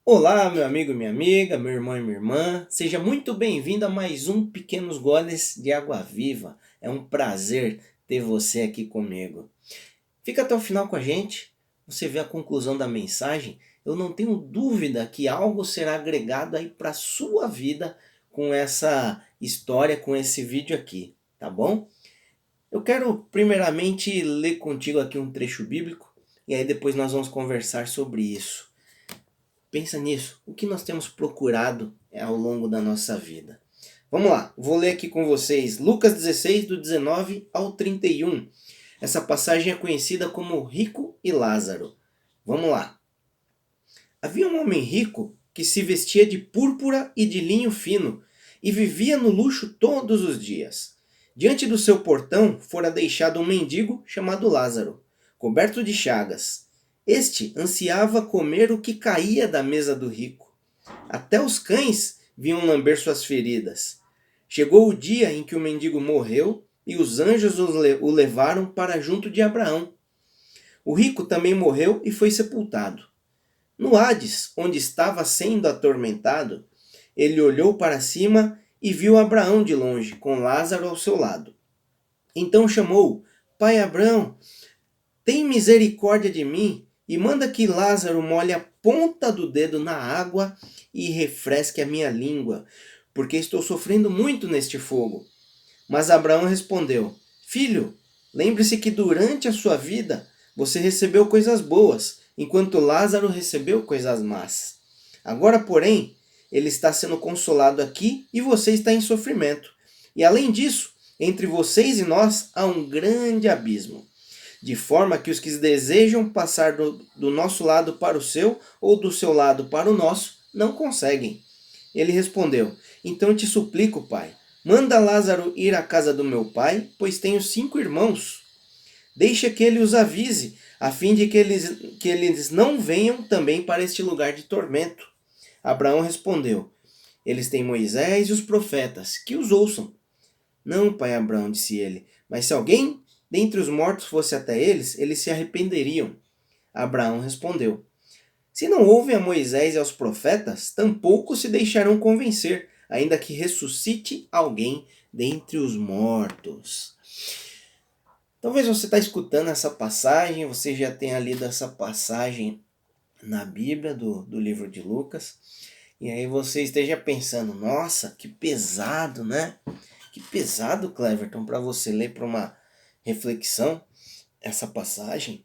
Olá, meu amigo e minha amiga, meu irmão e minha irmã, seja muito bem-vindo a mais um Pequenos Goles de Água Viva. É um prazer ter você aqui comigo. Fica até o final com a gente, você vê a conclusão da mensagem. Eu não tenho dúvida que algo será agregado aí para a sua vida com essa história, com esse vídeo aqui, tá bom? Eu quero primeiramente ler contigo aqui um trecho bíblico e aí depois nós vamos conversar sobre isso. Pensa nisso. O que nós temos procurado ao longo da nossa vida? Vamos lá, vou ler aqui com vocês Lucas 16, do 19 ao 31. Essa passagem é conhecida como Rico e Lázaro. Vamos lá. Havia um homem rico que se vestia de púrpura e de linho fino e vivia no luxo todos os dias. Diante do seu portão fora deixado um mendigo chamado Lázaro, coberto de chagas. Este ansiava comer o que caía da mesa do rico. Até os cães vinham lamber suas feridas. Chegou o dia em que o mendigo morreu e os anjos o levaram para junto de Abraão. O rico também morreu e foi sepultado. No Hades, onde estava sendo atormentado, ele olhou para cima e viu Abraão de longe, com Lázaro ao seu lado. Então chamou: Pai Abraão, tem misericórdia de mim e manda que Lázaro molhe a ponta do dedo na água e refresque a minha língua, porque estou sofrendo muito neste fogo. Mas Abraão respondeu: Filho, lembre-se que durante a sua vida você recebeu coisas boas, enquanto Lázaro recebeu coisas más. Agora, porém, ele está sendo consolado aqui e você está em sofrimento. E além disso, entre vocês e nós há um grande abismo, de forma que os que desejam passar do nosso lado para o seu ou do seu lado para o nosso não conseguem. Ele respondeu: Então eu te suplico, pai, manda Lázaro ir à casa do meu pai, pois tenho 5 irmãos. Deixa que ele os avise, a fim de que eles não venham também para este lugar de tormento. Abraão respondeu: Eles têm Moisés e os profetas, que os ouçam. Não, pai Abraão, disse ele, mas se alguém dentre os mortos fosse até eles se arrependeriam. Abraão respondeu: Se não ouvem a Moisés e aos profetas, tampouco se deixarão convencer, ainda que ressuscite alguém dentre os mortos. Talvez você está escutando essa passagem, você já tenha lido essa passagem na Bíblia do livro de Lucas, e aí você esteja pensando, nossa, que pesado, né? Que pesado, Cleverton, para você ler para uma reflexão essa passagem.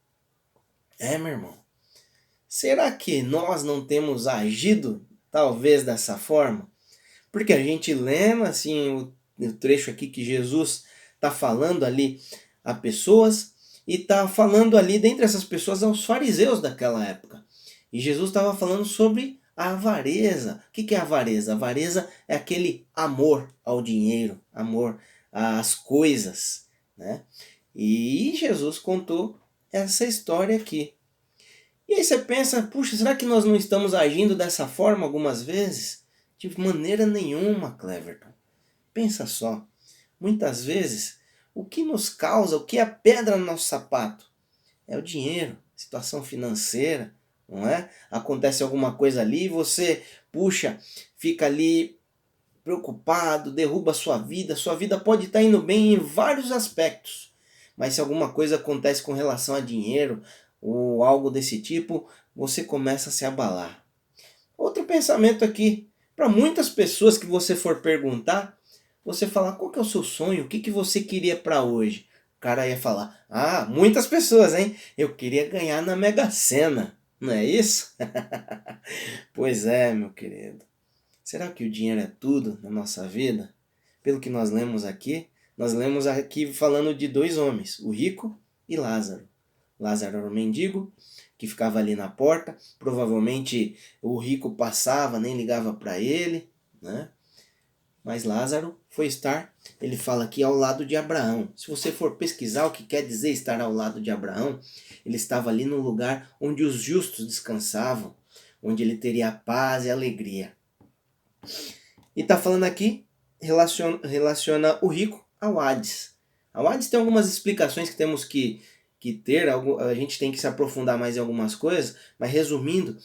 Meu irmão. Será que nós não temos agido talvez dessa forma? Porque a gente lembra assim o trecho aqui que Jesus está falando ali a pessoas e está falando ali dentre essas pessoas aos fariseus daquela época. E Jesus estava falando sobre a avareza. O que é avareza? A avareza é aquele amor ao dinheiro, amor às coisas, né? E Jesus contou essa história aqui. E aí você pensa, puxa, será que nós não estamos agindo dessa forma algumas vezes? De maneira nenhuma, Cleverton. Pensa só, muitas vezes o que nos causa, o que é a pedra no nosso sapato? É o dinheiro, situação financeira, não é? Acontece alguma coisa ali, você, puxa, fica ali preocupado, derruba sua vida pode estar indo bem em vários aspectos, mas se alguma coisa acontece com relação a dinheiro ou algo desse tipo, você começa a se abalar. Outro pensamento aqui, para muitas pessoas que você for perguntar, você falar qual que é o seu sonho, o que você queria para hoje? O cara ia falar, muitas pessoas, hein? Eu queria ganhar na Mega Sena, não é isso? Pois é, meu querido. Será que o dinheiro é tudo na nossa vida? Pelo que nós lemos aqui falando de 2 homens, o rico e Lázaro. Lázaro era um mendigo que ficava ali na porta, provavelmente o rico passava, nem ligava para ele, né? Mas Lázaro foi estar, ele fala aqui, ao lado de Abraão. Se você for pesquisar o que quer dizer estar ao lado de Abraão, ele estava ali no lugar onde os justos descansavam, onde ele teria paz e alegria. E está falando aqui, relaciona o rico ao Hades. Ao Hades tem algumas explicações que temos que que ter, a gente tem que se aprofundar mais em algumas coisas, mas resumindo,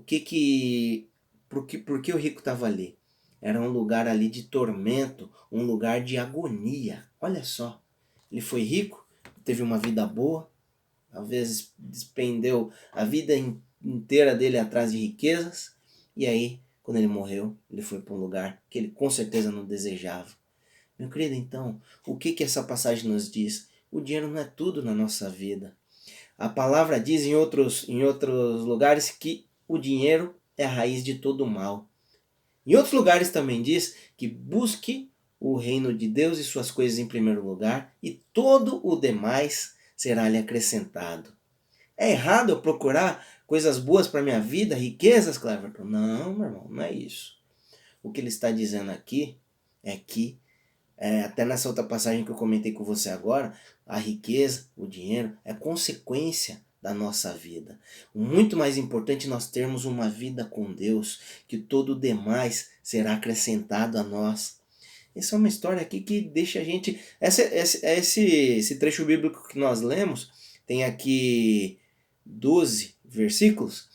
por que o rico estava ali? Era um lugar ali de tormento, um lugar de agonia. Olha só, ele foi rico, teve uma vida boa, talvez despendeu a vida inteira dele atrás de riquezas, e aí, quando ele morreu, ele foi para um lugar que ele com certeza não desejava. Meu querido, então, o que essa passagem nos diz? O dinheiro não é tudo na nossa vida. A palavra diz em outros lugares que o dinheiro é a raiz de todo o mal. Em outros lugares também diz que busque o reino de Deus e suas coisas em primeiro lugar, e todo o demais será lhe acrescentado. É errado eu procurar coisas boas para minha vida, riquezas, Cleverton? Não, meu irmão, não é isso. O que ele está dizendo aqui é que, até nessa outra passagem que eu comentei com você agora, a riqueza, o dinheiro, é consequência da nossa vida. O muito mais importante é nós termos uma vida com Deus, que todo o demais será acrescentado a nós. Essa é uma história aqui que deixa a gente... Esse trecho bíblico que nós lemos, tem aqui 12 versículos,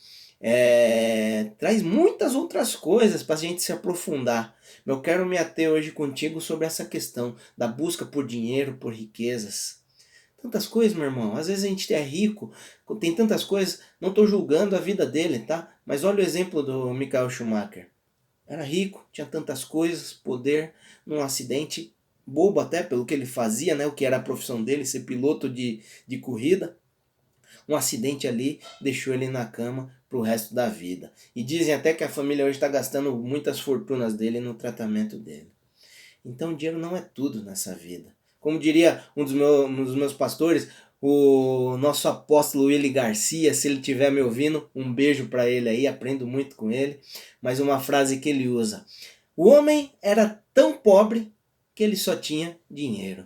traz muitas outras coisas para a gente se aprofundar. Eu quero me ater hoje contigo sobre essa questão da busca por dinheiro, por riquezas. Tantas coisas, meu irmão. Às vezes a gente é rico, tem tantas coisas. Não estou julgando a vida dele, tá? Mas olha o exemplo do Michael Schumacher. Era rico, tinha tantas coisas, poder, num acidente bobo até pelo que ele fazia, né? O que era a profissão dele, ser piloto de corrida. Um acidente ali deixou ele na cama pro resto da vida. E dizem até que a família hoje está gastando muitas fortunas dele no tratamento dele. Então o dinheiro não é tudo nessa vida. Como diria um dos meus pastores, o nosso apóstolo Willy Garcia, se ele estiver me ouvindo, um beijo para ele aí, aprendo muito com ele. Mas uma frase que ele usa: o homem era tão pobre que ele só tinha dinheiro.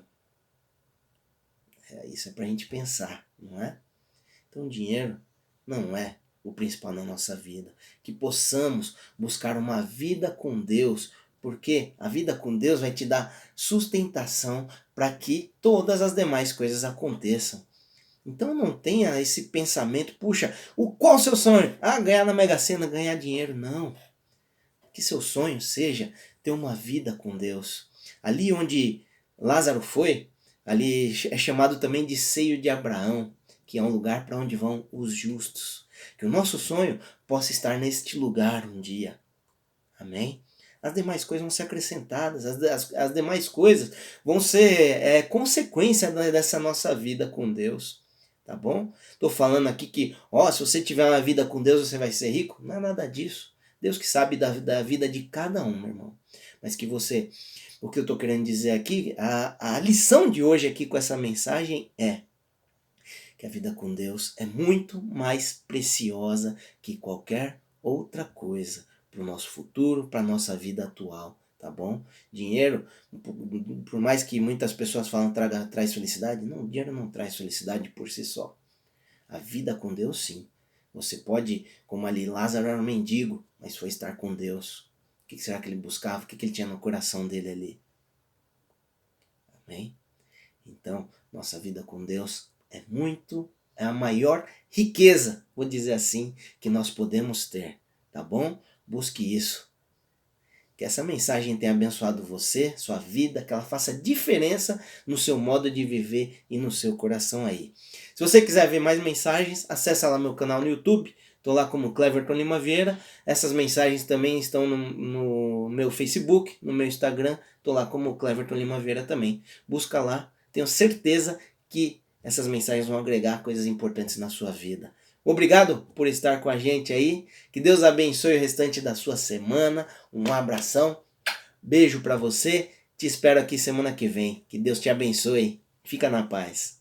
Isso é pra gente pensar, não é? Então dinheiro não é o principal na nossa vida. Que possamos buscar uma vida com Deus, porque a vida com Deus vai te dar sustentação para que todas as demais coisas aconteçam. Então não tenha esse pensamento, puxa, qual o seu sonho? Ganhar na Mega Sena, ganhar dinheiro. Não. Que seu sonho seja ter uma vida com Deus. Ali onde Lázaro foi, ali é chamado também de seio de Abraão, que é um lugar para onde vão os justos. Que o nosso sonho possa estar neste lugar um dia. Amém? As demais coisas vão ser acrescentadas, as demais coisas vão ser consequência dessa nossa vida com Deus. Tá bom? Estou falando aqui que, se você tiver uma vida com Deus, você vai ser rico. Não é nada disso. Deus que sabe da vida de cada um, meu irmão. Mas que você... O que eu estou querendo dizer aqui, a lição de hoje aqui com essa mensagem é que a vida com Deus é muito mais preciosa que qualquer outra coisa para o nosso futuro, para a nossa vida atual, tá bom? Dinheiro, por mais que muitas pessoas falam traz felicidade, não, o dinheiro não traz felicidade por si só. A vida com Deus, sim. Você pode, como ali, Lázaro era um mendigo, mas foi estar com Deus. O que será que ele buscava? O que ele tinha no coração dele ali? Amém? Então, nossa vida com Deus é a maior riqueza, vou dizer assim, que nós podemos ter, tá bom? Busque isso. Que essa mensagem tenha abençoado você, sua vida, que ela faça diferença no seu modo de viver e no seu coração aí. Se você quiser ver mais mensagens, acesse lá meu canal no YouTube, estou lá como Cleverton Lima Vieira. Essas mensagens também estão no meu Facebook, no meu Instagram, estou lá como Cleverton Lima Vieira também. Busca lá, tenho certeza que essas mensagens vão agregar coisas importantes na sua vida. Obrigado por estar com a gente aí. Que Deus abençoe o restante da sua semana. Um abração. Beijo para você. Te espero aqui semana que vem. Que Deus te abençoe. Fica na paz.